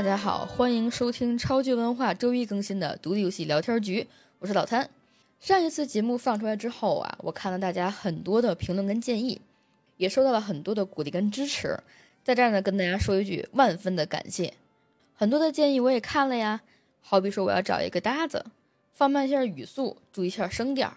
家好，欢迎收听超级文化周一更新的独立游戏聊天局，我是老谭。上一次节目放出来之后啊，我看了大家很多的评论跟建议，也收到了很多的鼓励跟支持，在这儿呢跟大家说一句万分的感谢。很多的建议我也看了呀，好比说我要找一个搭子，放慢一下语速，注意一下声调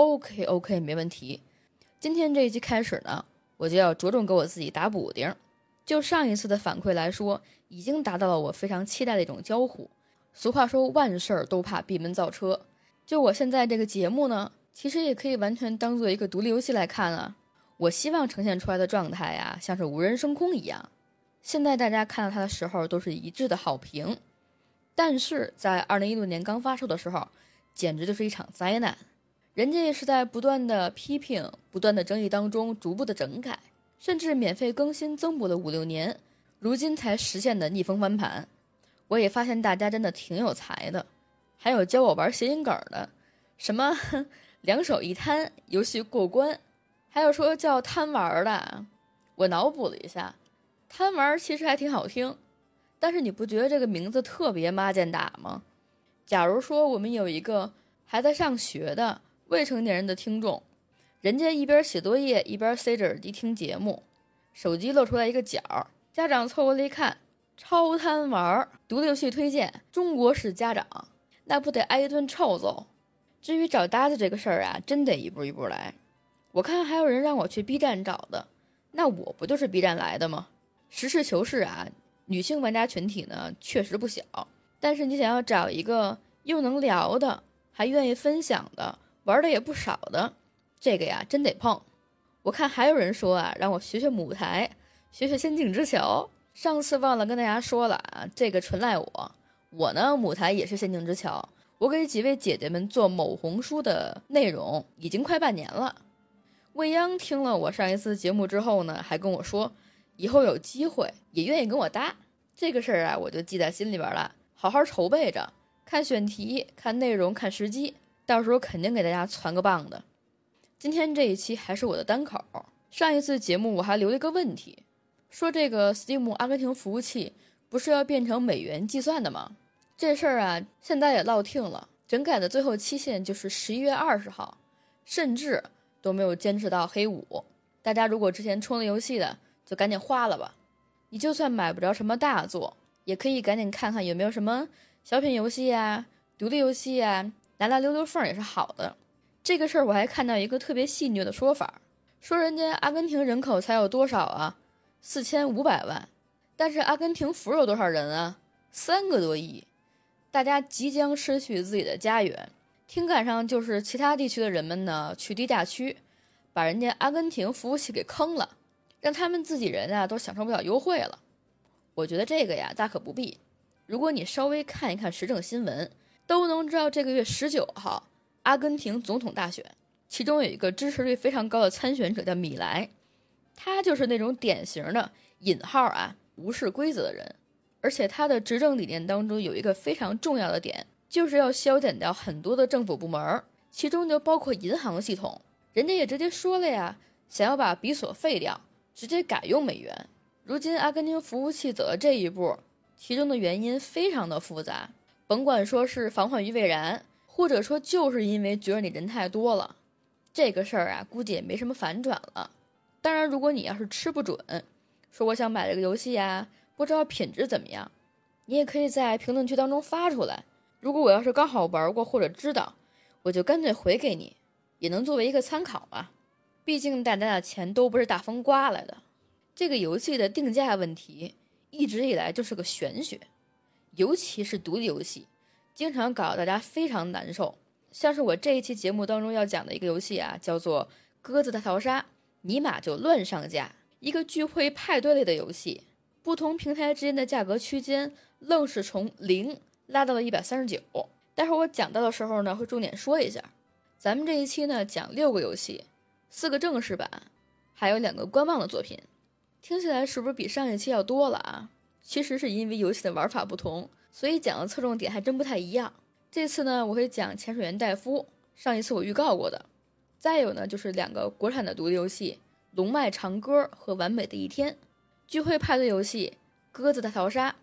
，OK 没问题。今天这一期开始呢，我就要着重给我自己打补丁。就上一次的反馈来说，已经达到了我非常期待的一种交互。俗话说万事都怕闭门造车，就我现在这个节目呢，其实也可以完全当做一个独立游戏来看啊。我希望呈现出来的状态啊，像是无人升空一样。现在大家看到它的时候都是一致的好评，但是在2016年刚发售的时候，简直就是一场灾难。人家也是在不断的批评、不断的争议当中逐步的整改，甚至免费更新增补了5-6年，如今才实现的逆风翻盘。我也发现大家真的挺有才的，还有教我玩谐音梗的，什么两手一摊游戏过关，还有说叫贪玩的。我脑补了一下，贪玩其实还挺好听，但是你不觉得这个名字特别妈见打吗？假如说我们有一个还在上学的未成年人的听众，人家一边写作业一边塞着耳机听节目，手机露出来一个角，家长凑过来一看，超贪玩，独立游戏推荐，中国式家长，那不得挨一顿臭揍。至于找搭子这个事儿啊，真得一步一步来。我看还有人让我去 B 站找的，那我不就是 B 站来的吗？实事求是啊，女性玩家群体呢确实不小，但是你想要找一个又能聊的，还愿意分享的，玩的也不少的，这个呀真得碰。我看还有人说啊，让我学学母台，学学仙境之桥。上次忘了跟大家说了啊，这个纯赖我呢母台也是仙境之桥，我给几位姐姐们做某红书的内容已经快半年了。未央听了我上一次节目之后呢，还跟我说以后有机会也愿意跟我搭。这个事儿啊我就记在心里边了，好好筹备着，看选题，看内容，看时机，到时候肯定给大家传个棒的。今天这一期还是我的单口，上一次节目我还留了一个问题，说这个 Steam 阿根廷服务器不是要变成美元计算的吗？这事儿啊现在也落听了，整改的最后期限就是11月20号，甚至都没有坚持到黑5。大家如果之前充了游戏的就赶紧花了吧，你就算买不着什么大作，也可以赶紧看看有没有什么小品游戏啊、独立游戏啊，拿溜缝也是好的。这个事儿我还看到一个特别戏谑的说法，说人家阿根廷人口才有多少啊，4500万，但是阿根廷服有多少人啊，3个多亿，大家即将失去自己的家园。听感上就是其他地区的人们呢去低价区，把人家阿根廷服务器给坑了，让他们自己人啊都享受不了优惠了。我觉得这个呀大可不必，如果你稍微看一看时政新闻，都能知道这个月19号阿根廷总统大选，其中有一个支持率非常高的参选者叫米莱，他就是那种典型的引号啊无视规则的人，而且他的执政理念当中有一个非常重要的点，就是要削减掉很多的政府部门，其中就包括银行系统。人家也直接说了呀，想要把比索废掉，直接改用美元。如今阿根廷服务器走到这一步，其中的原因非常的复杂，甭管说是防患于未然，或者说就是因为觉得你人太多了，这个事儿啊估计也没什么反转了。当然如果你要是吃不准，说我想买这个游戏啊，不知道品质怎么样，你也可以在评论区当中发出来，如果我要是刚好玩过或者知道，我就干脆回给你，也能作为一个参考嘛。毕竟大家的钱都不是大风刮来的，这个游戏的定价问题一直以来就是个玄学，尤其是独立游戏经常搞得大家非常难受。像是我这一期节目当中要讲的一个游戏啊，叫做鸽子大逃杀，尼玛就乱上架，一个聚会派对类的游戏，不同平台之间的价格区间愣是从0拉到了139。待会儿我讲到的时候呢会重点说一下。咱们这一期呢讲6个游戏，4个正式版，还有2个观望的作品。听起来是不是比上一期要多了啊？其实是因为游戏的玩法不同，所以讲的侧重点还真不太一样。这次呢我会讲潜水员戴夫，上一次我预告过的。再有呢就是2个国产的独立游戏，龙脉长歌和完美的一天。聚会派对游戏鸽子大逃杀，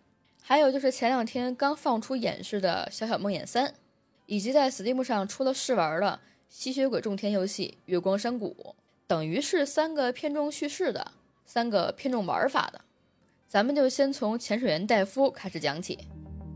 还有就是前2天刚放出演示的小小梦魇3，以及在 Steam 上出了试玩的吸血鬼种田游戏月光山谷，等于是3个偏重叙事的，3个偏重玩法的。咱们就先从潜水员戴夫开始讲起。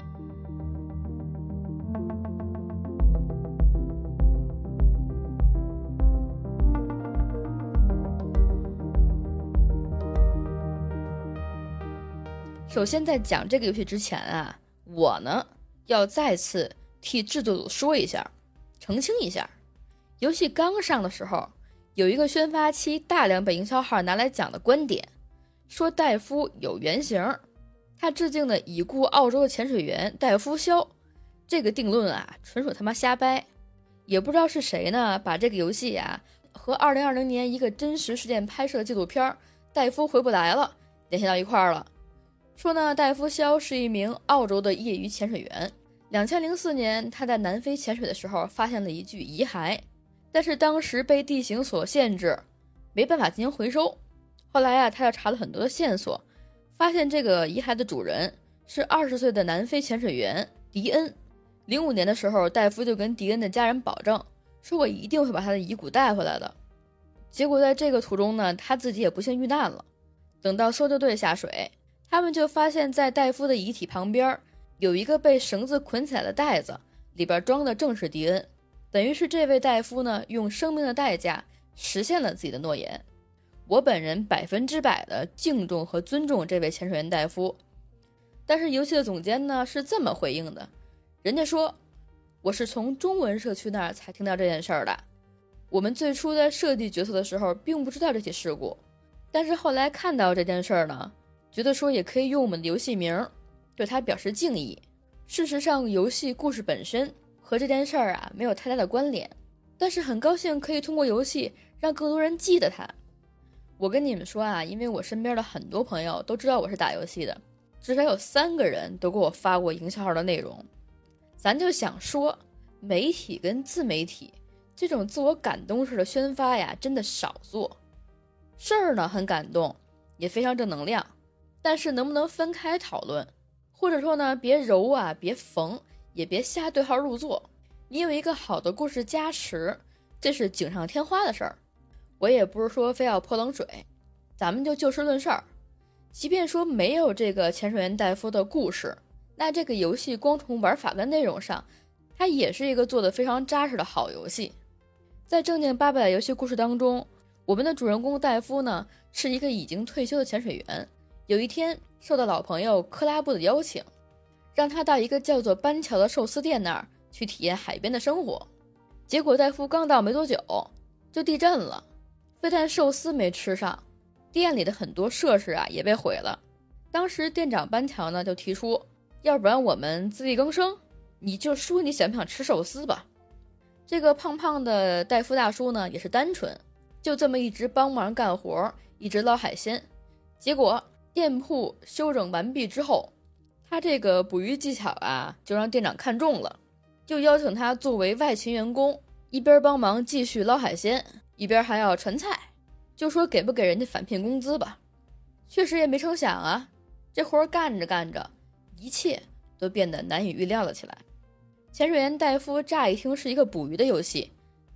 首先在讲这个游戏之前啊，我呢要再次替制作组说一下，澄清一下。游戏刚上的时候，有一个宣发期大量被营销号拿来讲的观点，说戴夫有原型，他致敬的已故澳洲的潜水员戴夫肖。这个定论啊，纯属他妈瞎掰。也不知道是谁呢，把这个游戏啊和2020年一个真实事件拍摄的纪录片《戴夫回不来了》联系到一块儿了。说呢，戴夫肖是一名澳洲的业余潜水员。2004年，他在南非潜水的时候发现了一具遗骸，但是当时被地形所限制，没办法进行回收。后来啊，他又查了很多的线索，发现这个遗骸的主人是20岁的南非潜水员迪恩。05年的时候，戴夫就跟迪恩的家人保证，说我一定会把他的遗骨带回来的。结果在这个途中呢，他自己也不幸遇难了。等到搜救队下水，他们就发现在戴夫的遗体旁边有一个被绳子捆起来的袋子，里边装的正是迪恩。等于是这位戴夫呢，用生命的代价实现了自己的诺言。我本人100%的敬重和尊重这位潜水员戴夫。但是游戏的总监呢是这么回应的，人家说，我是从中文社区那儿才听到这件事儿的。我们最初在设计角色的时候并不知道这起事故，但是后来看到这件事儿呢，觉得说也可以用我们的游戏名对他表示敬意。事实上游戏故事本身和这件事儿啊没有太大的关联，但是很高兴可以通过游戏让更多人记得他。我跟你们说啊，因为我身边的很多朋友都知道我是打游戏的，至少有3个人都给我发过营销号的内容。咱就想说，媒体跟自媒体这种自我感动式的宣发呀，真的少做。事儿呢很感动，也非常正能量，但是能不能分开讨论，或者说呢别揉啊，别缝，也别瞎对号入座。你有一个好的故事加持，这是锦上添花的事儿。我也不是说非要泼冷水，咱们就事论事儿。即便说没有这个潜水员戴夫的故事，那这个游戏光从玩法跟内容上，它也是一个做得非常扎实的好游戏。在正经八百的游戏故事当中，我们的主人公戴夫呢是一个已经退休的潜水员。有一天受到老朋友克拉布的邀请，让他到一个叫做班桥的寿司店那儿去体验海边的生活。结果戴夫刚到没多久就地震了，非但寿司没吃上，店里的很多设施啊也被毁了。当时店长班桥呢就提出，要不然我们自力更生，你就说你想不想吃寿司吧。这个胖胖的戴夫大叔呢也是单纯，就这么一直帮忙干活，一直捞海鲜。结果店铺修整完毕之后，他这个捕鱼技巧啊就让店长看中了，就邀请他作为外勤员工，一边帮忙继续捞海鲜，一边还要传菜，就说给不给人家返聘工资吧。确实也没成想啊，这活干着干着，一切都变得难以预料了起来。潜水员戴夫乍一听是一个捕鱼的游戏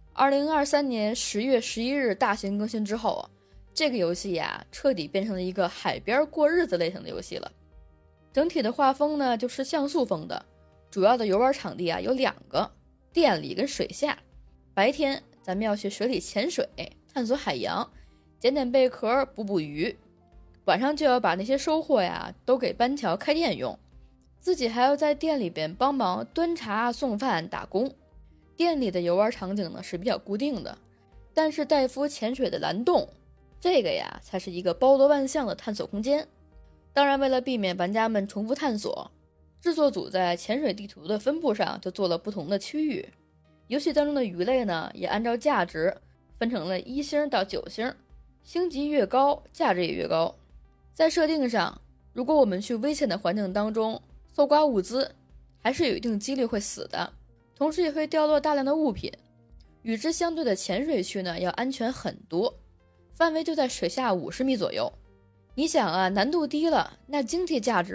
，2023年10月11日大型更新之后啊，这个游戏呀彻底变成了一个海边过日子类型的游戏了。整体的画风呢就是像素风的，主要的游玩场地啊有2个，店里跟水下。白天咱们要去水里潜水，探索海洋，捡贝壳，捕鱼。晚上就要把那些收获呀都给班桥开店用，自己还要在店里边帮忙端茶送饭打工。店里的游玩场景呢是比较固定的，但是戴夫潜水的蓝洞，这个呀才是一个包罗万象的探索空间。当然为了避免玩家们重复探索，制作组在潜水地图的分布上就做了不同的区域。游戏当中的鱼类呢也按照价值分成了1星到9星，星级越高价值也越高。在设定上，如果我们去危险的环境当中搜刮物资，还是有一定几率会死的，同时也会掉落大量的物品。与之相对的潜水区呢要安全很多，范围就在水下50米左右。你想啊，难度低了，那经济价值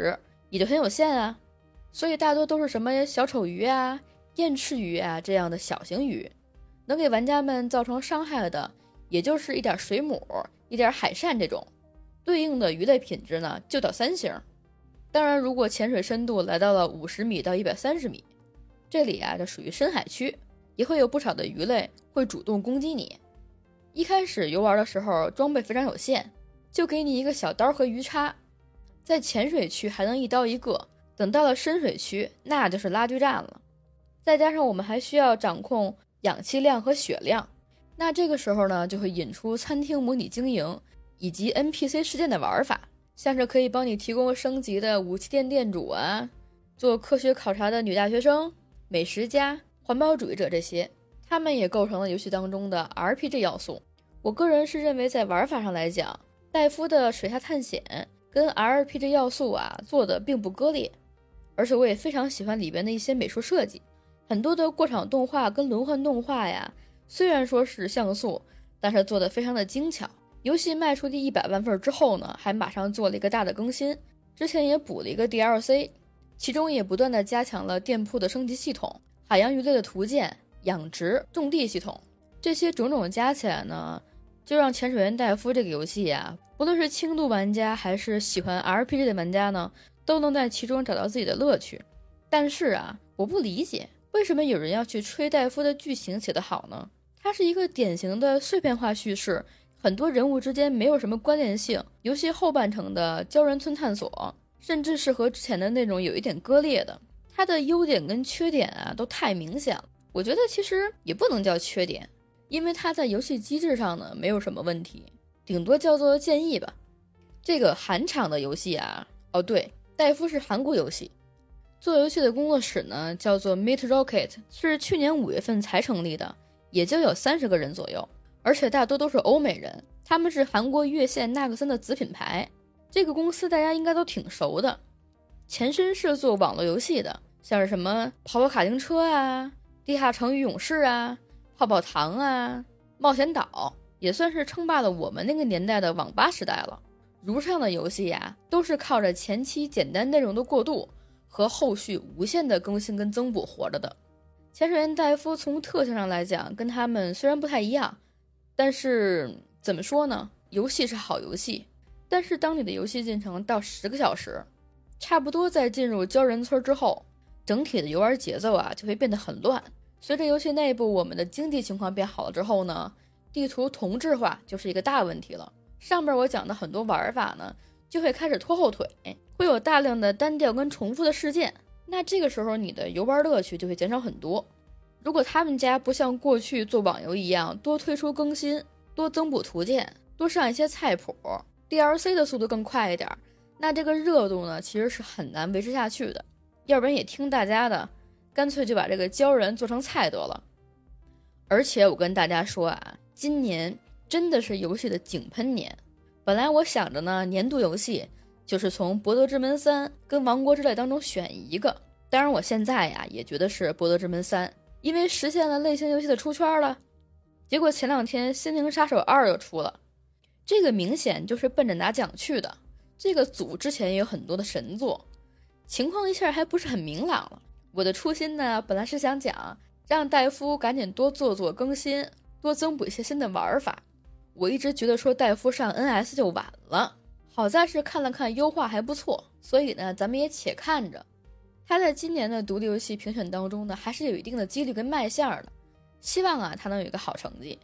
也就很有限啊，所以大多都是什么小丑鱼啊、燕翅鱼啊这样的小型鱼，能给玩家们造成伤害的也就是一点水母、一点海扇这种，对应的鱼类品质呢就到3星。当然如果潜水深度来到了50米到130米，这里啊就属于深海区，也会有不少的鱼类会主动攻击你。一开始游玩的时候装备非常有限，就给你一个小刀和鱼叉，在浅水区还能一刀一个，等到了深水区那就是拉锯战了。再加上我们还需要掌控氧气量和血量，那这个时候呢就会引出餐厅模拟经营以及 NPC 事件的玩法，像是可以帮你提供升级的武器店店主啊，做科学考察的女大学生、美食家、环保主义者，这些他们也构成了游戏当中的 RPG 要素。我个人是认为在玩法上来讲，戴夫的水下探险跟 RPG 要素啊做的并不割裂，而且我也非常喜欢里边的一些美术设计，很多的过场动画跟轮换动画呀，虽然说是像素，但是做的非常的精巧。游戏卖出第100万份之后呢，还马上做了一个大的更新，之前也补了一个 DLC， 其中也不断的加强了店铺的升级系统、海洋鱼类的图鉴、养殖、种地系统，这些种种加起来呢，就让潜水员戴夫这个游戏啊，不论是轻度玩家还是喜欢 RPG 的玩家呢，都能在其中找到自己的乐趣。但是啊，我不理解为什么有人要去吹戴夫的剧情写得好呢？它是一个典型的碎片化叙事，很多人物之间没有什么关联性，游戏后半程的胶原村探索甚至是和之前的那种有一点割裂的，它的优点跟缺点啊都太明显了。我觉得其实也不能叫缺点，因为它在游戏机制上呢没有什么问题，顶多叫做建议吧。这个韩厂的游戏啊，哦对，戴夫是韩国游戏，做游戏的工作室呢叫做 Meat Rocket， 是去年5月份才成立的，也就有30个人左右，而且大多都是欧美人，他们是韩国越线纳克森的子品牌。这个公司大家应该都挺熟的，前身是做网络游戏的，像是什么跑跑卡丁车啊、地下城与勇士啊、泡泡糖啊、冒险岛，也算是称霸了我们那个年代的网吧时代了。如上的游戏呀，都是靠着前期简单内容的过渡和后续无限的更新跟增补活着的。潜水员戴夫从特性上来讲跟他们虽然不太一样，但是怎么说呢，游戏是好游戏，但是当你的游戏进程到10个小时，差不多在进入鲛人村之后，整体的游玩节奏啊就会变得很乱。随着游戏内部我们的经济情况变好了之后呢，地图同质化就是一个大问题了。上面我讲的很多玩法呢就会开始拖后腿，会有大量的单调跟重复的事件，那这个时候你的游玩乐趣就会减少很多。如果他们家不像过去做网游一样多推出更新，多增补图鉴，多上一些菜谱， DLC 的速度更快一点，那这个热度呢其实是很难维持下去的。要不然也听大家的，干脆就把这个鲛人做成菜得了。而且我跟大家说啊，今年真的是游戏的井喷年。本来我想着呢，年度游戏就是从《博德之门3》跟《王国之泪》当中选一个，当然我现在呀也觉得是《博德之门3》，因为实现了类型游戏的出圈了。结果前2天《心灵杀手2》又出了，这个明显就是奔着拿奖去的。这个组之前也有很多的神作，情况一下还不是很明朗了。我的初心呢，本来是想讲让戴夫赶紧多做更新，多增补一些新的玩法。我一直觉得说戴夫上 NS 就晚了，好在是看了看优化还不错，所以呢咱们也且看着。他在今年的独立游戏评选当中呢，还是有一定的几率跟卖相的，希望啊他能有一个好成绩。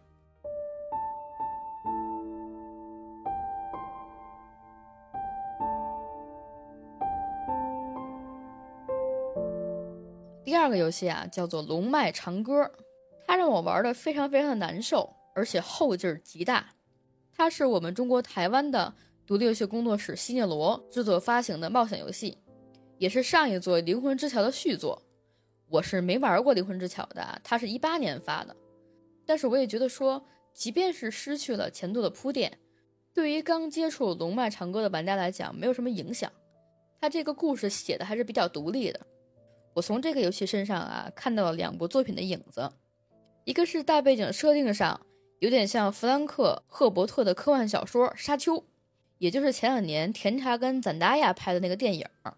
第2个游戏啊叫做龙脉长歌，它让我玩的非常非常的难受，而且后劲极大。它是我们中国台湾的独立游戏工作室西涅罗制作发行的冒险游戏，也是上一座灵魂之桥的续作。我是没玩过灵魂之桥的，它是18年发的，但是我也觉得说即便是失去了前作的铺垫，对于刚接触龙脉长歌的玩家来讲没有什么影响，它这个故事写的还是比较独立的。我从这个游戏身上啊看到了2部作品的影子，一个是大背景设定上有点像弗兰克·赫伯特的科幻小说《沙丘》，也就是前2年甜茶跟赞达亚拍的那个电影。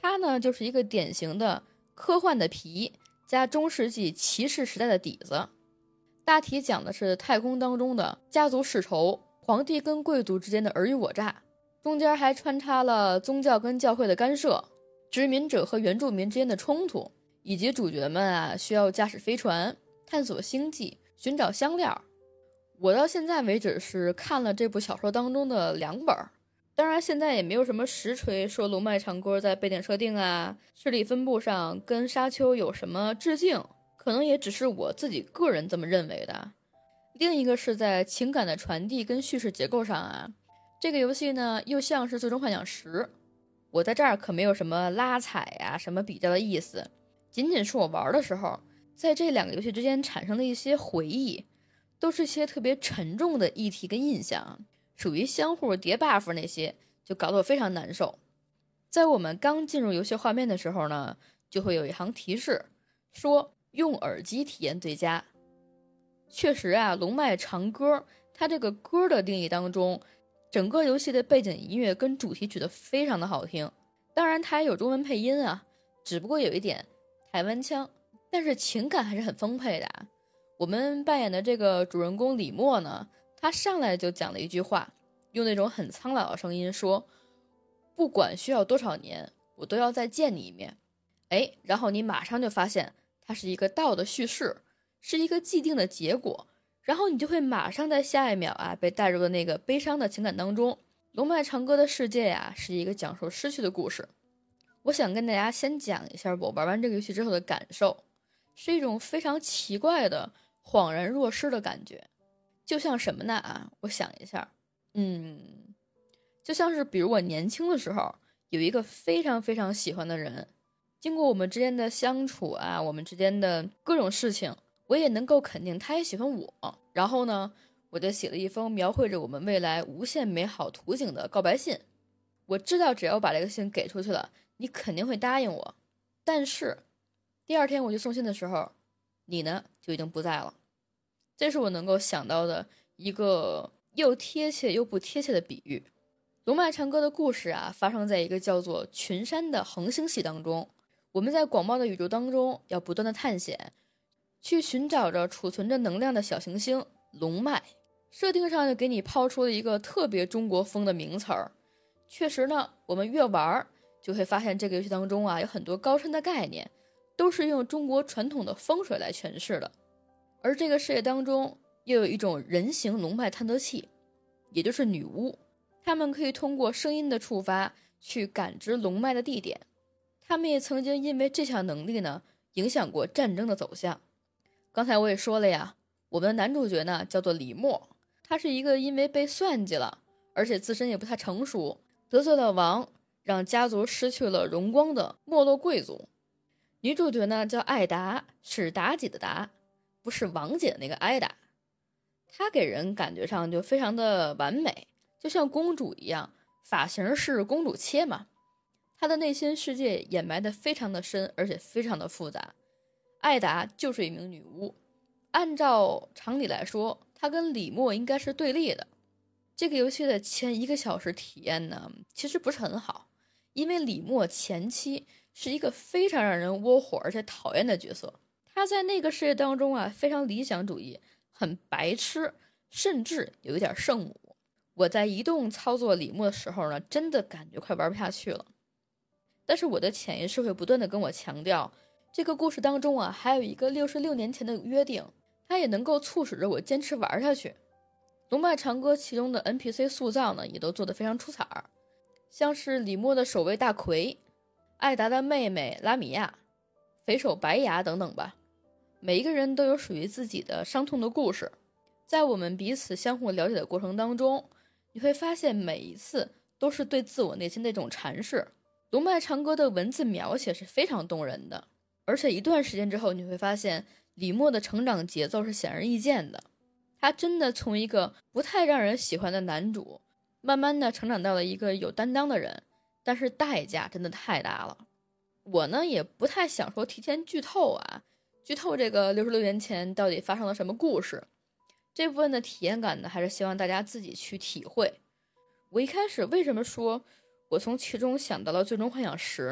它呢就是一个典型的科幻的皮加中世纪骑士时代的底子。大体讲的是太空当中的家族世仇，皇帝跟贵族之间的尔虞我诈，中间还穿插了宗教跟教会的干涉，殖民者和原住民之间的冲突，以及主角们啊需要驾驶飞船探索星际寻找香料。我到现在为止是看了这部小说当中的2本，当然现在也没有什么实锤说龙脉长歌在背景设定啊势力分布上跟沙丘有什么致敬，可能也只是我自己个人这么认为的。另一个是在情感的传递跟叙事结构上啊，这个游戏呢又像是最终幻想10，我在这儿可没有什么拉踩啊什么比较的意思，仅仅是我玩的时候在这2个游戏之间产生的一些回忆，都是一些特别沉重的议题跟印象，属于相互叠 buff 那些，就搞得我非常难受。在我们刚进入游戏画面的时候呢，就会有一行提示说用耳机体验最佳。确实啊，龙脉长歌它这个歌的定义当中，整个游戏的背景音乐跟主题曲都非常的好听，当然它也有中文配音啊，只不过有一点台湾腔，但是情感还是很丰沛的啊。我们扮演的这个主人公李默呢，他上来就讲了一句话，用那种很苍老的声音说，不管需要多少年，我都要再见你一面。然后你马上就发现它是一个道的叙事，是一个既定的结果，然后你就会马上在下一秒啊被带入了那个悲伤的情感当中。龙脉长歌的世界呀，是一个讲述失去的故事。我想跟大家先讲一下我玩完这个游戏之后的感受，是一种非常奇怪的恍然若失的感觉。就像什么呢啊？我想一下，就像是比如我年轻的时候有一个非常非常喜欢的人，经过我们之间的相处啊，我们之间的各种事情，我也能够肯定他也喜欢我，然后呢我就写了一封描绘着我们未来无限美好图景的告白信。我知道只要我把这个信给出去了，你肯定会答应我，但是第2天我去送信的时候，你呢就已经不在了。这是我能够想到的一个又贴切又不贴切的比喻。龙脉长歌的故事啊，发生在一个叫做群山的恒星系当中。我们在广袤的宇宙当中要不断的探险，去寻找着储存着能量的小行星龙脉。设定上就给你抛出了一个特别中国风的名词儿。确实呢，我们越玩就会发现这个游戏当中啊有很多高深的概念，都是用中国传统的风水来诠释的。而这个世界当中又有一种人形龙脉探测器，也就是女巫，他们可以通过声音的触发去感知龙脉的地点。他们也曾经因为这项能力呢影响过战争的走向。刚才我也说了呀，我们的男主角呢叫做李默，他是一个因为被算计了，而且自身也不太成熟，得罪了王，让家族失去了荣光的没落贵族。女主角呢叫艾达，是妲己的妲，不是王姐的那个艾达。她给人感觉上就非常的完美，就像公主一样，发型是公主切嘛。她的内心世界掩埋的非常的深，而且非常的复杂。艾达就是一名女巫，按照常理来说，她跟李默应该是对立的。这个游戏的前1个小时体验呢，其实不是很好，因为李默前期是一个非常让人窝火而且讨厌的角色。他在那个世界当中啊，非常理想主义，很白痴，甚至有一点圣母。我在移动操作李默的时候呢，真的感觉快玩不下去了。但是我的潜意识会不断的跟我强调，这个故事当中啊，还有一个66年前的约定，它也能够促使着我坚持玩下去。龙脉长歌其中的 NPC 塑造呢，也都做得非常出彩，像是李默的守卫大奎，艾达的妹妹拉米亚，匪首白牙等等吧。每一个人都有属于自己的伤痛的故事，在我们彼此相互了解的过程当中，你会发现每一次都是对自我内心的一种阐释。龙脉长歌的文字描写是非常动人的，而且一段时间之后，你会发现李默的成长节奏是显而易见的。他真的从一个不太让人喜欢的男主，慢慢的成长到了一个有担当的人，但是代价真的太大了。我呢也不太想说提前剧透啊，剧透这个66年前到底发生了什么故事，这部分的体验感呢，还是希望大家自己去体会。我一开始为什么说我从其中想到了最终幻想10呢？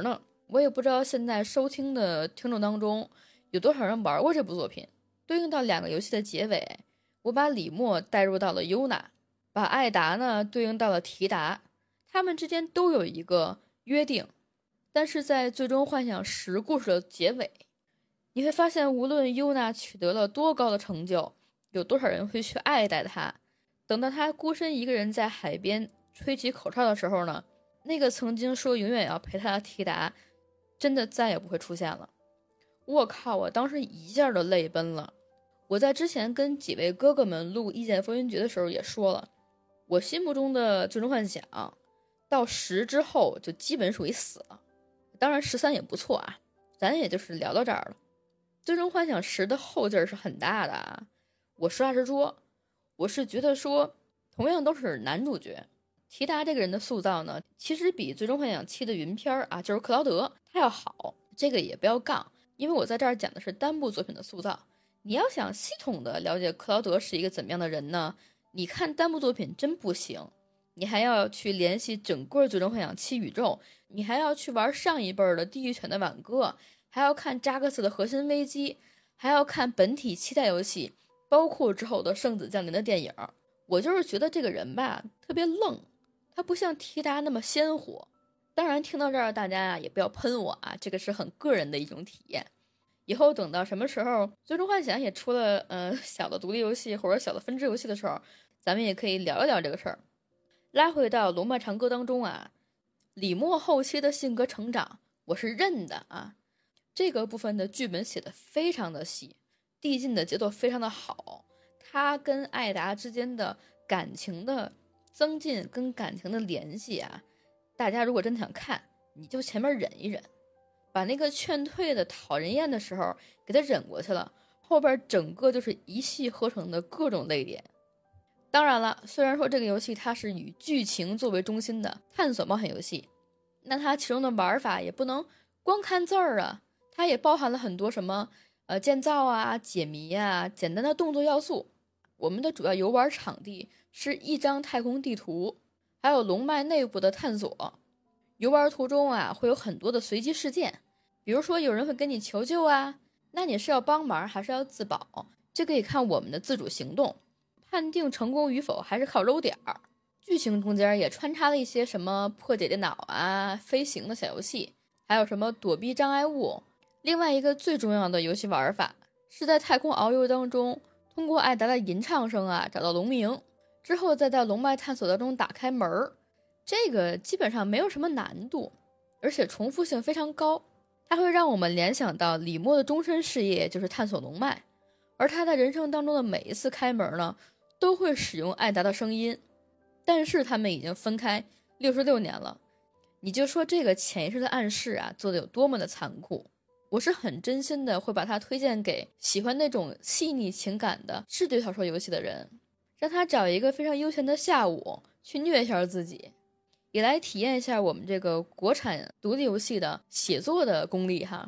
我也不知道现在收听的听众当中有多少人玩过这部作品。对应到2个游戏的结尾，我把李默带入到了尤娜，把艾达呢对应到了提达，他们之间都有一个约定。但是在最终幻想10故事的结尾，你会发现无论尤娜取得了多高的成就，有多少人会去爱戴她，等到她孤身一个人在海边吹起口哨的时候呢，那个曾经说永远要陪她的提达真的再也不会出现了。我靠，我当时一下就泪奔了。我在之前跟几位哥哥们录《一剑风云决》的时候也说了，我心目中的最终幻想到10之后就基本属于死了。当然13也不错啊，咱也就是聊到这儿了。最终幻想10的后劲是很大的啊。我实话实说，我是觉得说同样都是男主角，提达这个人的塑造呢，其实比最终幻想7的云片就是克劳德他要好。这个也不要杠，因为我在这儿讲的是单部作品的塑造。你要想系统的了解克劳德是一个怎么样的人呢，你看单部作品真不行，你还要去联系整个最终幻想7宇宙，你还要去玩上一辈的地狱犬的挽歌，还要看扎克斯的核心危机，还要看本体期待游戏，包括之后的圣子降临的电影。我就是觉得这个人吧特别愣，他不像提达那么鲜活。当然听到这儿大家也不要喷我啊，这个是很个人的一种体验。以后等到什么时候最终幻想也出了小的独立游戏或者小的分支游戏的时候，咱们也可以聊一聊这个事儿。拉回到龙脉长歌当中啊，李默后期的性格成长我是认的啊，这个部分的剧本写的非常的细，递进的节奏非常的好，他跟艾达之间的感情的增进跟感情的联系啊，大家如果真的想看，你就前面忍一忍，把那个劝退的讨人厌的时候给他忍过去了，后边整个就是一气呵成的各种泪点。当然了，虽然说这个游戏它是以剧情作为中心的探索冒险游戏，那它其中的玩法也不能光看字儿啊，它也包含了很多什么建造啊、解谜啊、简单的动作要素。我们的主要游玩场地是一张太空地图，还有龙脉内部的探索。游玩途中啊，会有很多的随机事件，比如说有人会跟你求救啊，那你是要帮忙还是要自保，这可以看我们的自主行动，判定成功与否还是靠揉点儿。剧情中间也穿插了一些什么破解电脑啊、飞行的小游戏，还有什么躲避障碍物。另外一个最重要的游戏玩法是在太空遨游当中，通过艾达的吟唱声啊找到龙鸣，之后再在龙脉探索当中打开门儿。这个基本上没有什么难度，而且重复性非常高，它会让我们联想到李默的终身事业就是探索龙脉，而他在人生当中的每一次开门呢，都会使用艾达的声音。但是他们已经分开66年了，你就说这个潜意识的暗示啊，做的有多么的残酷。我是很真心的会把它推荐给喜欢那种细腻情感的视觉小说游戏的人，让他找一个非常悠闲的下午去虐一下自己，也来体验一下我们这个国产独立游戏的写作的功力哈。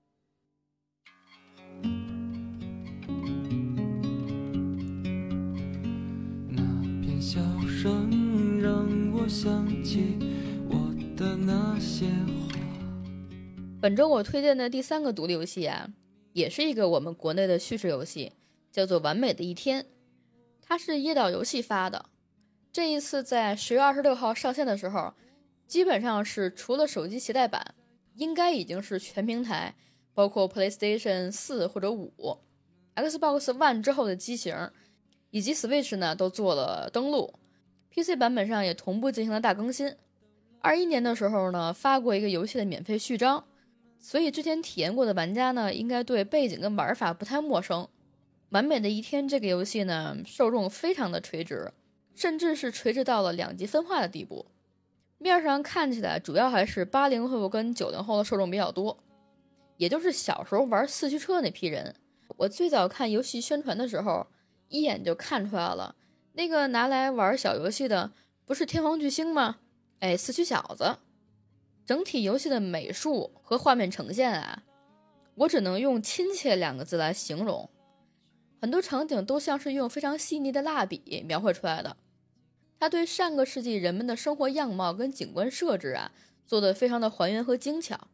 那片笑声让我想起我的那些话。 本周我推荐的第3个独立游戏啊，也是一个我们国内的叙事游戏，叫做《完美的一天》，它是椰岛游戏发的。这一次在10月26号上线的时候，基本上是除了手机携带版，应该已经是全平台，包括 PlayStation 4或者5、 Xbox One 之后的机型以及 Switch 呢都做了登录， PC 版本上也同步进行了大更新。21年的时候呢，发过一个游戏的免费序章，所以之前体验过的玩家呢，应该对背景跟玩法不太陌生。完美的一天这个游戏呢，受众非常的垂直，甚至是垂直到了2极分化的地步。面上看起来主要还是80后跟90后的受众比较多，也就是小时候玩四驱车那批人。我最早看游戏宣传的时候，一眼就看出来了，那个拿来玩小游戏的不是天皇巨星吗？四驱小子。整体游戏的美术和画面呈现啊，我只能用亲切2个字来形容。很多场景都像是用非常细腻的蜡笔描绘出来的，它对上个世纪人们的生活样貌跟景观设置啊，做得非常的还原和精巧。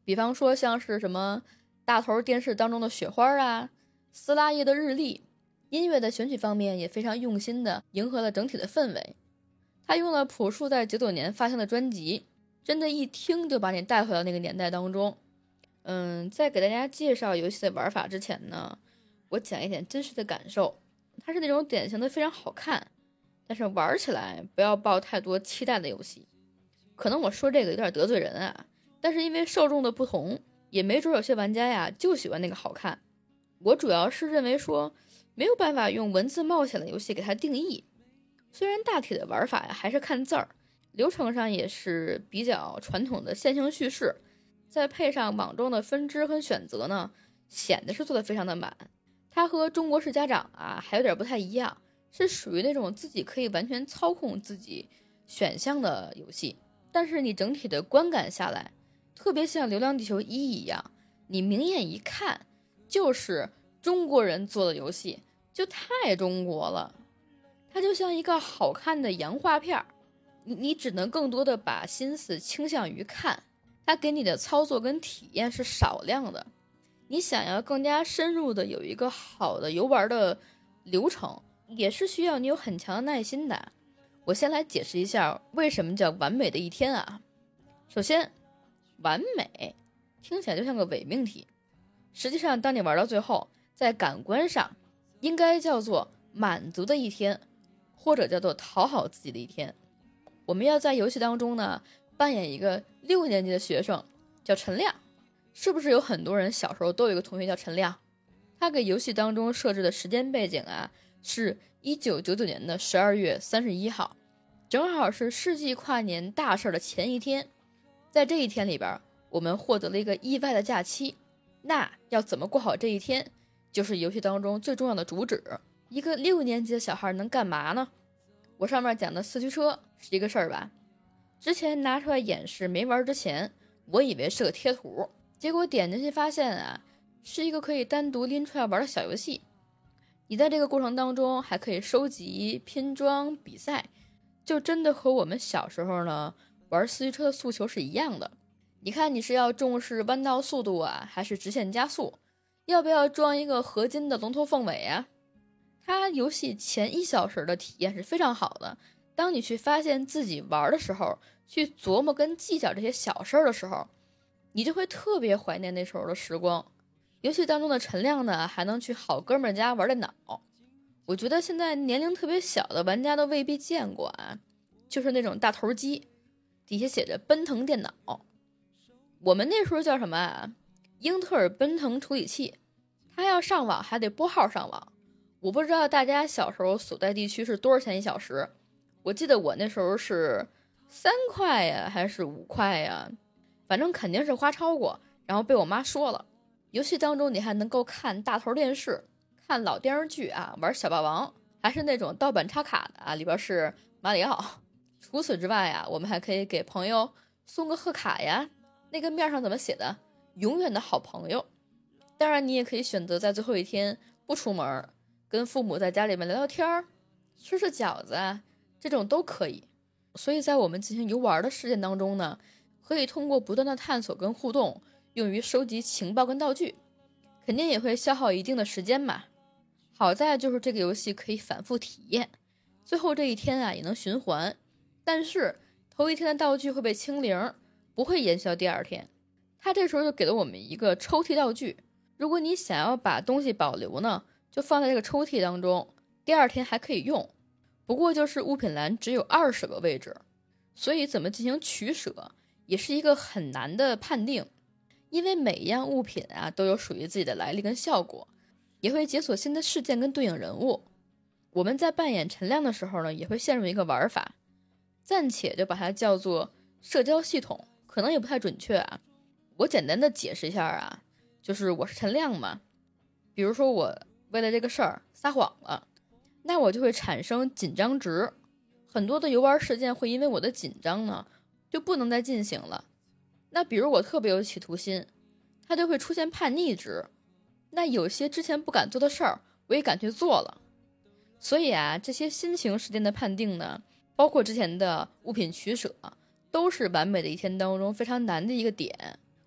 比方说像是什么大头电视当中的雪花啊，撕拉页的日历，音乐的选曲方面也非常用心的迎合了整体的氛围。他用了朴树在99年发行的专辑，真的一听就把你带回到那个年代当中。在给大家介绍游戏的玩法之前呢，我讲一点真实的感受。它是那种典型的非常好看，但是玩起来不要抱太多期待的游戏。可能我说这个有点得罪人啊，但是因为受众的不同，也没准有些玩家呀就喜欢那个好看。我主要是认为说没有办法用文字冒险的游戏给它定义，虽然大体的玩法呀还是看字儿，流程上也是比较传统的线性叙事，再配上网中的分支和选择呢，显得是做得非常的满。它和中国式家长啊还有点不太一样，是属于那种自己可以完全操控自己选项的游戏，但是你整体的观感下来，特别像《流浪地球1》一样，你明眼一看就是中国人做的游戏，就太中国了。它就像一个好看的洋画片，你只能更多的把心思倾向于看，它给你的操作跟体验是少量的。你想要更加深入的有一个好的游玩的流程，也是需要你有很强的耐心的。我先来解释一下为什么叫完美的一天啊。首先，完美听起来就像个伪命题，实际上当你玩到最后，在感官上应该叫做满足的一天，或者叫做讨好自己的一天。我们要在游戏当中呢扮演一个6年级的学生，叫陈亮。是不是有很多人小时候都有一个同学叫陈亮？他给游戏当中设置的时间背景啊，是1999年的12月31号，正好是世纪跨年大事的前一天。在这一天里边，我们获得了一个意外的假期。那要怎么过好这一天，就是游戏当中最重要的主旨。一个6年级的小孩能干嘛呢？我上面讲的四驱车是一个事儿吧？之前拿出来演示没玩之前，我以为是个贴图，结果点进去发现啊，是一个可以单独拎出来玩的小游戏。你在这个过程当中还可以收集、拼装、比赛，就真的和我们小时候呢玩四驱车的诉求是一样的。你看你是要重视弯道速度啊，还是直线加速？要不要装一个合金的龙头凤尾啊？它游戏前1小时的体验是非常好的，当你去发现自己玩的时候，去琢磨跟计较这些小事儿的时候，你就会特别怀念那时候的时光。游戏当中的陈亮呢，还能去好哥们家玩电脑。我觉得现在年龄特别小的玩家都未必见过啊，就是那种大头机，底下写着奔腾电脑。我们那时候叫什么啊？英特尔奔腾处理器，它要上网还得拨号上网。我不知道大家小时候所在地区是多少钱1小时，我记得我那时候是3块呀，还是5块呀，反正肯定是花超过，然后被我妈说了。游戏当中你还能够看大头电视，看老电视剧啊，玩小霸王，还是那种盗版插卡的啊，里边是马里奥。除此之外啊，我们还可以给朋友送个贺卡呀，那个面上怎么写的？永远的好朋友。当然你也可以选择在最后一天不出门，跟父母在家里面聊聊天，吃吃饺子啊，这种都可以。所以在我们进行游玩的事件当中呢，可以通过不断的探索跟互动，用于收集情报跟道具，肯定也会消耗一定的时间嘛。好在就是这个游戏可以反复体验，最后这一天啊也能循环，但是头一天的道具会被清零，不会延续到第2天。它这时候就给了我们一个抽屉道具，如果你想要把东西保留呢，就放在这个抽屉当中，第2天还可以用。不过就是物品栏只有20个位置，所以怎么进行取舍也是一个很难的判定，因为每一样物品啊都有属于自己的来历跟效果，也会解锁新的事件跟对应人物。我们在扮演陈亮的时候呢，也会陷入一个玩法，暂且就把它叫做社交系统，可能也不太准确啊。我简单的解释一下啊，就是我是陈亮嘛，比如说我为了这个事儿撒谎了，那我就会产生紧张值，很多的游玩事件会因为我的紧张呢就不能再进行了。那比如我特别有企图心，它就会出现叛逆值，那有些之前不敢做的事儿我也敢去做了。所以啊，这些心情事件的判定呢，包括之前的物品取舍，都是完美的一天当中非常难的一个点。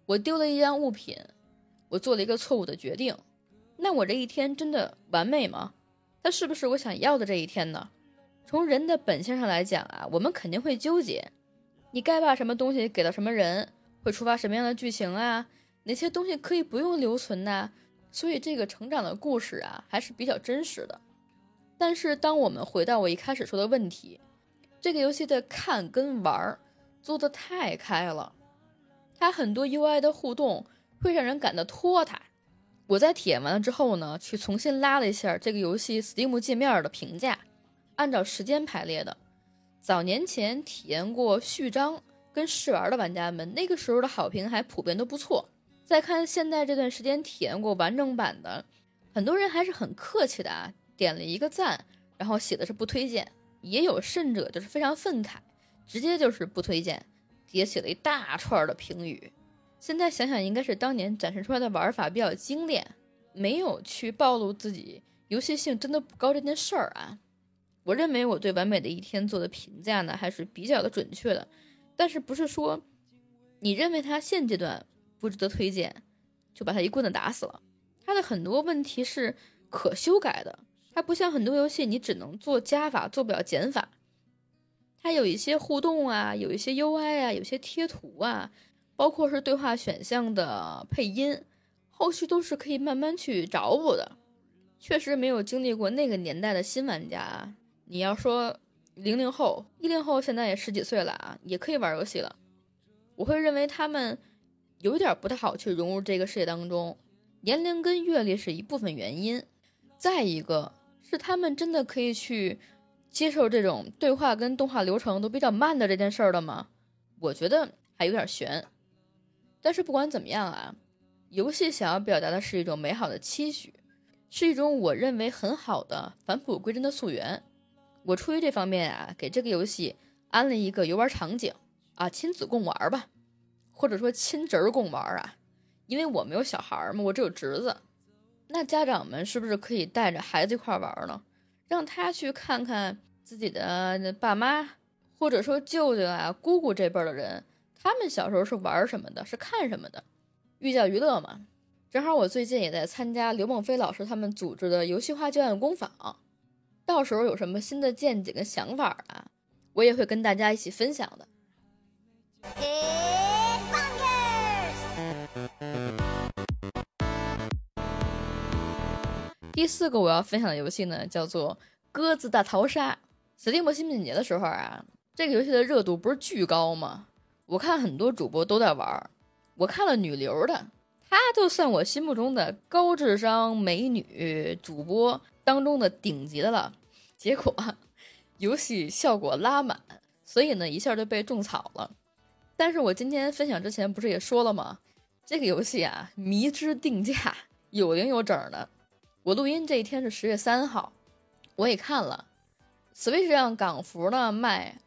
我丢了一样物品，我做了一个错误的决定，那我这一天真的完美吗？它是不是我想要的这一天呢？从人的本性上来讲啊，我们肯定会纠结，你该把什么东西给到什么人，会触发什么样的剧情啊，哪些东西可以不用留存啊，所以这个成长的故事啊还是比较真实的。但是当我们回到我一开始说的问题，这个游戏的看跟玩做得太开了，它很多 UI 的互动会让人感到拖沓。我在体验完了之后呢，去重新拉了一下这个游戏 Steam 界面的评价，按照时间排列的。早年前体验过序章跟试玩的玩家们，那个时候的好评还普遍都不错。再看现在这段时间体验过完整版的，很多人还是很客气的啊，点了一个赞，然后写的是不推荐，也有甚者就是非常愤慨，直接就是不推荐，底下写了一大串的评语。现在想想应该是当年展示出来的玩法比较精炼，没有去暴露自己游戏性真的不高这件事儿啊。我认为我对完美的一天做的评价呢还是比较的准确的，但是不是说你认为它现阶段不值得推荐就把它一棍子打死了。它的很多问题是可修改的，它不像很多游戏你只能做加法做不了减法。它有一些互动啊，有一些 UI 啊，有些贴图啊，包括是对话选项的配音，后续都是可以慢慢去找补的。确实没有经历过那个年代的新玩家啊，你要说00后10后现在也10几岁了啊，也可以玩游戏了。我会认为他们有点不太好去融入这个世界当中，年龄跟阅历是一部分原因，再一个是他们真的可以去接受这种对话跟动画流程都比较慢的这件事儿了吗？我觉得还有点悬。但是不管怎么样啊，游戏想要表达的是一种美好的期许，是一种我认为很好的返璞归真的溯源。我出于这方面啊，给这个游戏安了一个游玩场景啊，亲子共玩吧，或者说亲侄儿共玩啊，因为我没有小孩嘛，我只有侄子。那家长们是不是可以带着孩子一块玩呢？让他去看看自己的爸妈，或者说舅舅啊、姑姑这辈的人，他们小时候是玩什么的，是看什么的，寓教于乐嘛。正好我最近也在参加刘梦飞老师他们组织的游戏化教案工坊，到时候有什么新的见解跟想法啊，我也会跟大家一起分享的。第4个我要分享的游戏呢，叫做鸽子大逃杀。Steam 新品节的时候啊，这个游戏的热度不是巨高吗？我看很多主播都在玩，我看了女流的，她就算我心目中的高智商美女主播当中的顶级的了。结果游戏效果拉满，所以呢一下就被种草了。但是我今天分享之前不是也说了吗？这个游戏啊，迷之定价，有零有整的。我录音这一天是10月3号，我也看了 Switch 上港服呢卖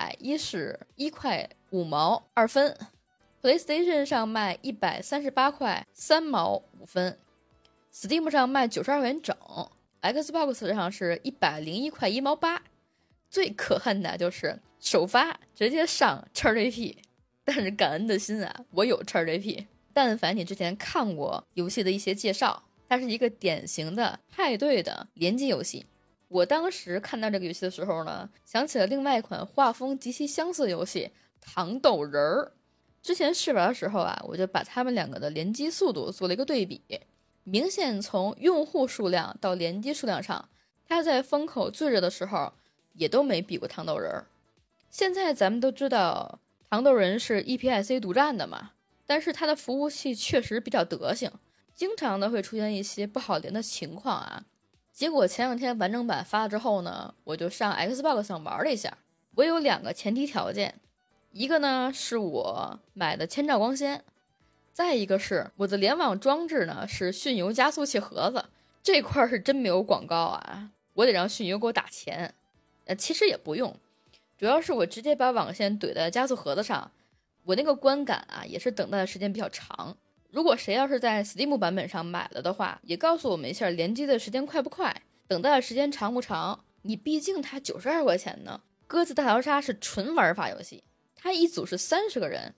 211块5毛2分， PlayStation 上卖138块3毛5分， Steam 上卖92块钱整， Xbox 上是101块1毛8。最可恨的就是首发直接上 XGP， 但是感恩的心啊，我有 XGP。 但凡你之前看过游戏的一些介绍，它是一个典型的派对的联机游戏。我当时看到这个游戏的时候呢，想起了另外一款画风极其相似的游戏糖豆人儿。之前试玩的时候啊，我就把他们两个的联机速度做了一个对比，明显从用户数量到联机数量上，它在风口最热的时候也都没比过糖豆人儿。现在咱们都知道糖豆人是 EPIC 独占的嘛，但是它的服务器确实比较德行，经常的会出现一些不好连的情况啊。结果前2天完整版发了之后呢，我就上 Xbox 上玩了一下。我有2个前提条件，一个呢是我买的千兆光纤，再一个是我的联网装置呢是迅游加速器盒子。这块是真没有广告啊，我得让迅游给我打钱。其实也不用，主要是我直接把网线怼在加速盒子上，我那个观感啊也是等待的时间比较长。如果谁要是在 Steam 版本上买了的话，也告诉我们一下联机的时间快不快，等待的时间长不长。你毕竟它92块钱呢。鸽子大逃杀是纯玩法游戏，它一组是30个人，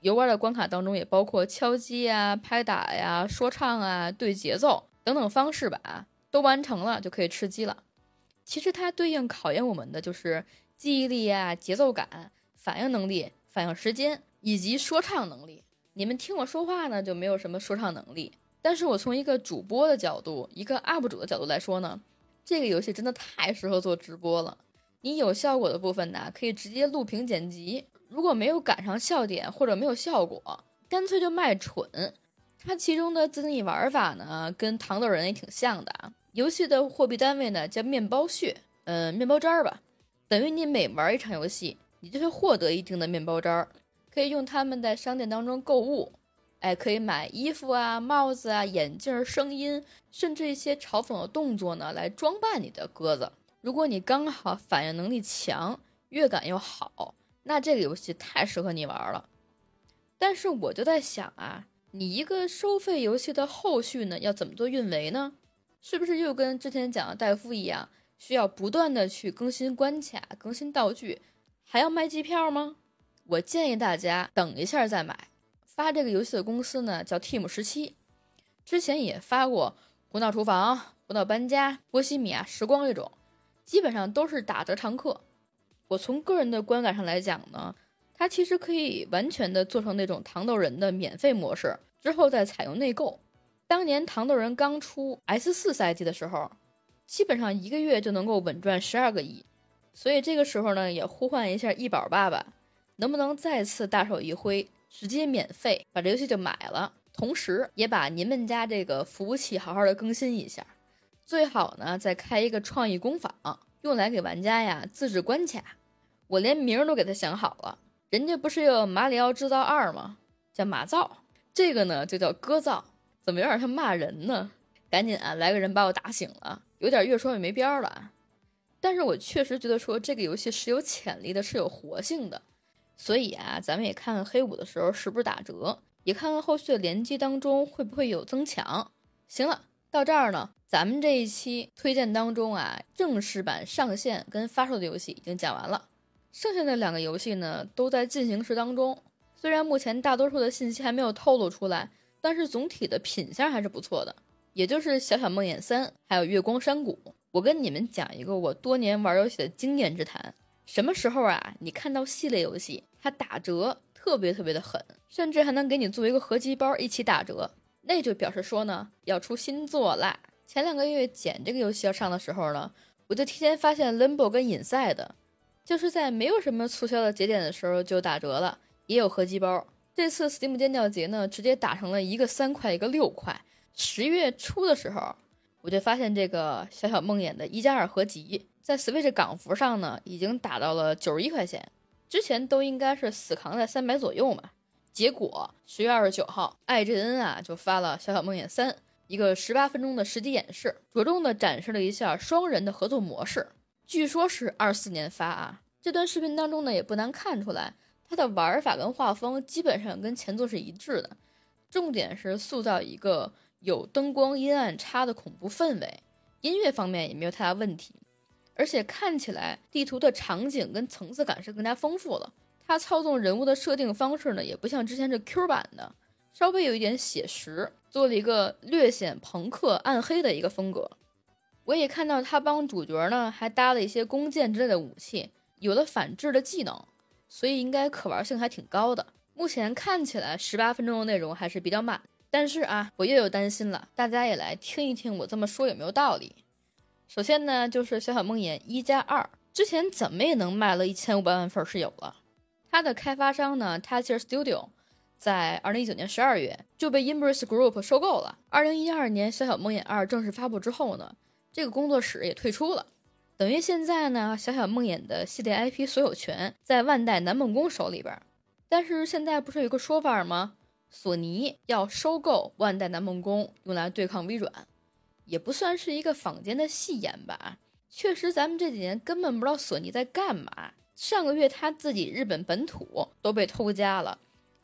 游玩的关卡当中也包括敲击啊、拍打呀、说唱啊、对节奏等等方式吧，都完成了就可以吃鸡了。其实它对应考验我们的就是记忆力啊、节奏感、反应能力、反应时间以及说唱能力。你们听我说话呢，就没有什么说唱能力，但是我从一个主播的角度，一个 UP 主的角度来说呢，这个游戏真的太适合做直播了。你有效果的部分呢，可以直接录屏剪辑，如果没有赶上笑点或者没有效果，干脆就卖蠢。它其中的自定义玩法呢，跟糖豆人也挺像的啊。游戏的货币单位呢叫面包屑，面包渣吧，等于你每玩一场游戏，你就会获得一定的面包渣，可以用它们在商店当中购物。可以买衣服啊、帽子啊、眼镜、声音，甚至一些嘲讽的动作呢，来装扮你的鸽子。如果你刚好反应能力强，乐感又好，那这个游戏太适合你玩了。但是我就在想啊，你一个收费游戏的后续呢，要怎么做运维呢？是不是又跟之前讲的戴夫一样，需要不断的去更新关卡、更新道具，还要卖机票吗？我建议大家等一下再买。发这个游戏的公司呢叫 Team17， 之前也发过胡闹厨房、胡闹搬家、波西米亚时光这种，基本上都是打折常客。我从个人的观感上来讲呢，它其实可以完全的做成那种糖豆人的免费模式，之后再采用内购。当年糖豆人刚出 S4 赛季的时候，基本上一个月就能够稳赚12个亿，所以这个时候呢，也呼唤一下易宝爸爸，能不能再次大手一挥，直接免费把这游戏就买了，同时也把您们家这个服务器好好的更新一下，最好呢再开一个创意工坊，用来给玩家呀自制关卡。我连名都给他想好了，人家不是有马里奥制造2吗？叫马造，这个呢就叫歌造，怎么有点像骂人呢？赶紧啊，来个人把我打醒了，有点越说越没边了。但是我确实觉得说这个游戏是有潜力的，是有活性的。所以啊，咱们也看看黑五的时候是不是打折，也看看后续的联机当中会不会有增强。行了，到这儿呢，咱们这一期推荐当中啊，正式版上线跟发售的游戏已经讲完了，剩下的2个游戏呢都在进行时当中。虽然目前大多数的信息还没有透露出来，但是总体的品相还是不错的，也就是小小梦魇3还有月光山谷。我跟你们讲一个我多年玩游戏的经验之谈，什么时候啊你看到系列游戏它打折特别的狠，甚至还能给你做一个合集包一起打折，那就表示说呢要出新作啦。前2个月捡这个游戏要上的时候呢，我就提前发现 Limbo 跟Inside 就是在没有什么促销的节点的时候就打折了，也有合集包。这次 Steam 尖叫节呢直接打成了一个3块一个6块。10月初的时候我就发现这个小小梦魇的1+2合集在 Switch 港服上呢已经打到了91块钱，之前都应该是死扛在300左右嘛。结果10月29号艾珍恩啊就发了小小梦魇3一个18分钟的实际演示，着重的展示了一下双人的合作模式，据说是24年发啊。这段视频当中呢也不难看出来，它的玩法跟画风基本上跟前作是一致的，重点是塑造一个有灯光阴暗差的恐怖氛围，音乐方面也没有太大问题，而且看起来地图的场景跟层次感是更加丰富了。它操纵人物的设定方式呢也不像之前这 Q 版的，稍微有一点写实，做了一个略显朋克暗黑的一个风格。我也看到他帮主角呢还搭了一些弓箭之类的武器，有了反制的技能，所以应该可玩性还挺高的。目前看起来18分钟的内容还是比较满，但是啊我又有担心了，大家也来听一听我这么说有没有道理。首先呢就是小小梦魇1+2，之前怎么也能卖了1500万份是有了。它的开发商呢 Tarsier Studio 在2019年12月就被 Embrace Group 收购了。2012年小小梦魇2正式发布之后呢，这个工作室也退出了，等于现在呢小小梦魇的系列 IP 所有权在万代南梦宫手里边。但是现在不是有个说法吗？索尼要收购万代南梦宫用来对抗微软，也不算是一个坊间的戏言吧。确实咱们这几年根本不知道索尼在干嘛，上个月他自己日本本土都被偷家了，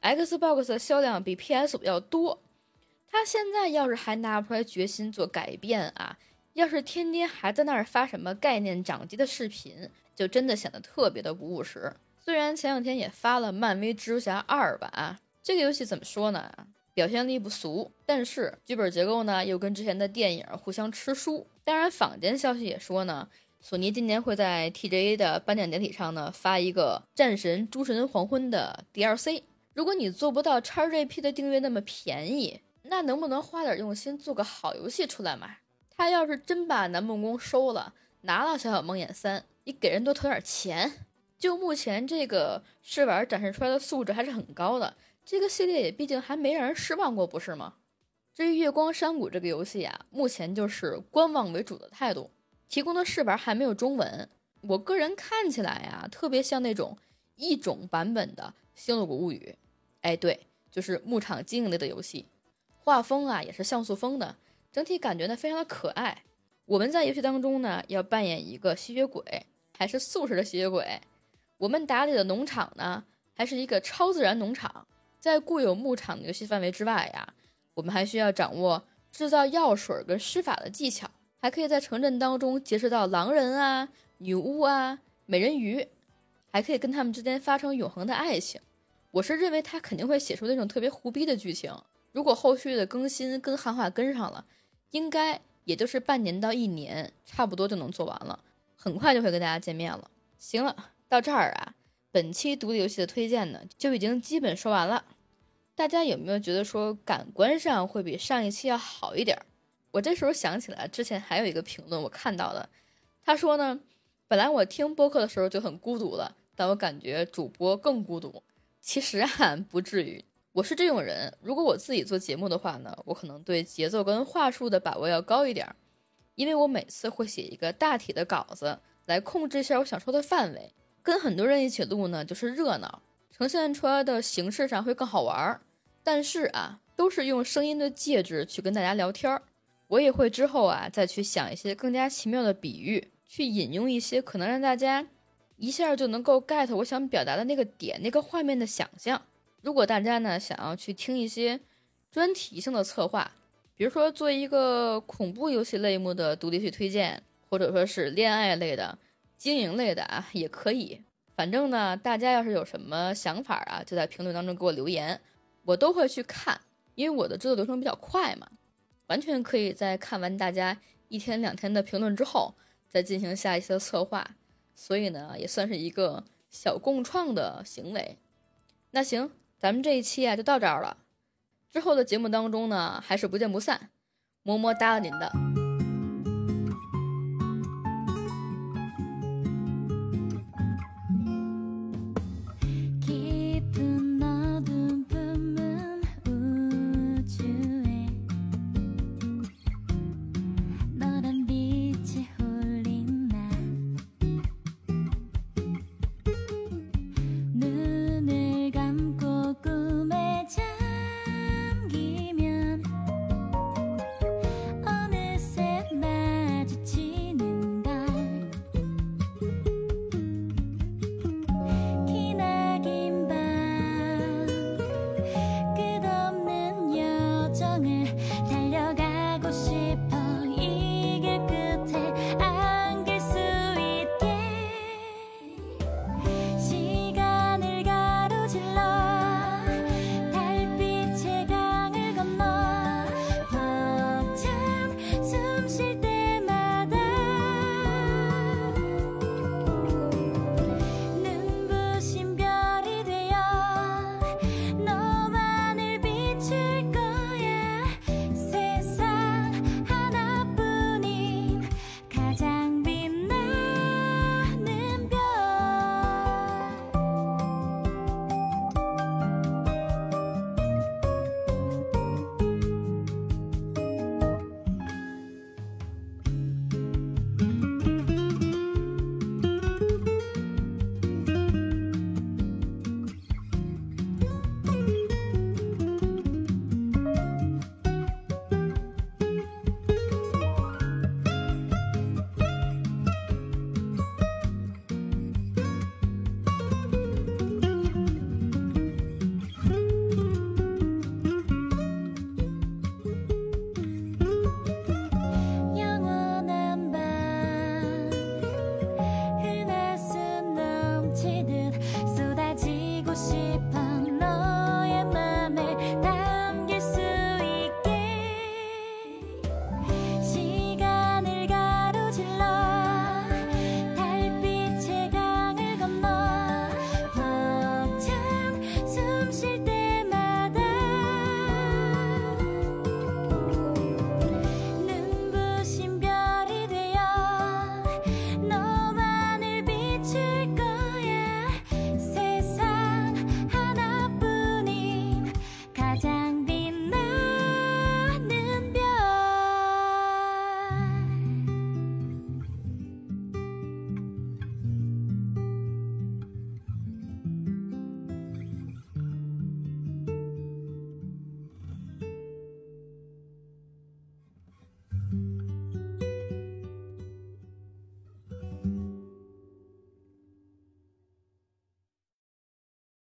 Xbox 的销量比 PS5 要多。他现在要是还拿不出来决心做改变啊，要是天天还在那儿发什么概念掌机的视频，就真的显得特别的不务实。虽然前2天也发了漫威蜘蛛侠2吧， 这个游戏怎么说呢？表现力不俗，但是剧本结构呢又跟之前的电影互相吃书。当然坊间消息也说呢，索尼今年会在 TGA 的颁奖典礼上呢发一个战神诸神黄昏的 DLC。 如果你做不到 XGP 的订阅那么便宜，那能不能花点用心做个好游戏出来嘛？他要是真把南梦宫收了，拿了小小梦魇3，你给人多投点钱。就目前这个试玩展示出来的素质还是很高的，这个系列也毕竟还没让人失望过，不是吗？至于月光山谷这个游戏啊，目前就是观望为主的态度，提供的试玩还没有中文。我个人看起来啊，特别像那种异种版本的星露谷物语。哎，对，就是牧场经营类的游戏，画风啊也是像素风的，整体感觉呢非常的可爱。我们在游戏当中呢要扮演一个吸血鬼，还是素食的吸血鬼。我们打理的农场呢还是一个超自然农场。在固有牧场的游戏范围之外呀，我们还需要掌握制造药水跟施法的技巧，还可以在城镇当中结识到狼人啊、女巫啊、美人鱼，还可以跟他们之间发生永恒的爱情。我是认为他肯定会写出那种特别胡逼的剧情，如果后续的更新跟汉化跟上了，应该也就是半年到1年差不多就能做完了，很快就会跟大家见面了。行了，到这儿啊，本期独立游戏的推荐呢就已经基本说完了。大家有没有觉得说感官上会比上一期要好一点？我这时候想起来之前还有一个评论我看到的，他说呢，本来我听播客的时候就很孤独了，但我感觉主播更孤独。其实啊，不至于。我是这种人，如果我自己做节目的话呢，我可能对节奏跟话术的把握要高一点，因为我每次会写一个大体的稿子来控制一下我想说的范围。跟很多人一起录呢，就是热闹，呈现出来的形式上会更好玩。但是啊，都是用声音的介质去跟大家聊天。我也会之后啊再去想一些更加奇妙的比喻，去引用一些可能让大家一下就能够 get 我想表达的那个点、那个画面的想象。如果大家呢想要去听一些专题性的策划，比如说做一个恐怖游戏类目的独立去推荐，或者说是恋爱类的、经营类的啊，也可以。反正呢，大家要是有什么想法啊，就在评论当中给我留言，我都会去看，因为我的制作流程比较快嘛，完全可以在看完大家1天2天的评论之后，再进行下一期的策划。所以呢，也算是一个小共创的行为。那行，咱们这一期啊就到这儿了。之后的节目当中呢，还是不见不散，么么哒了您的。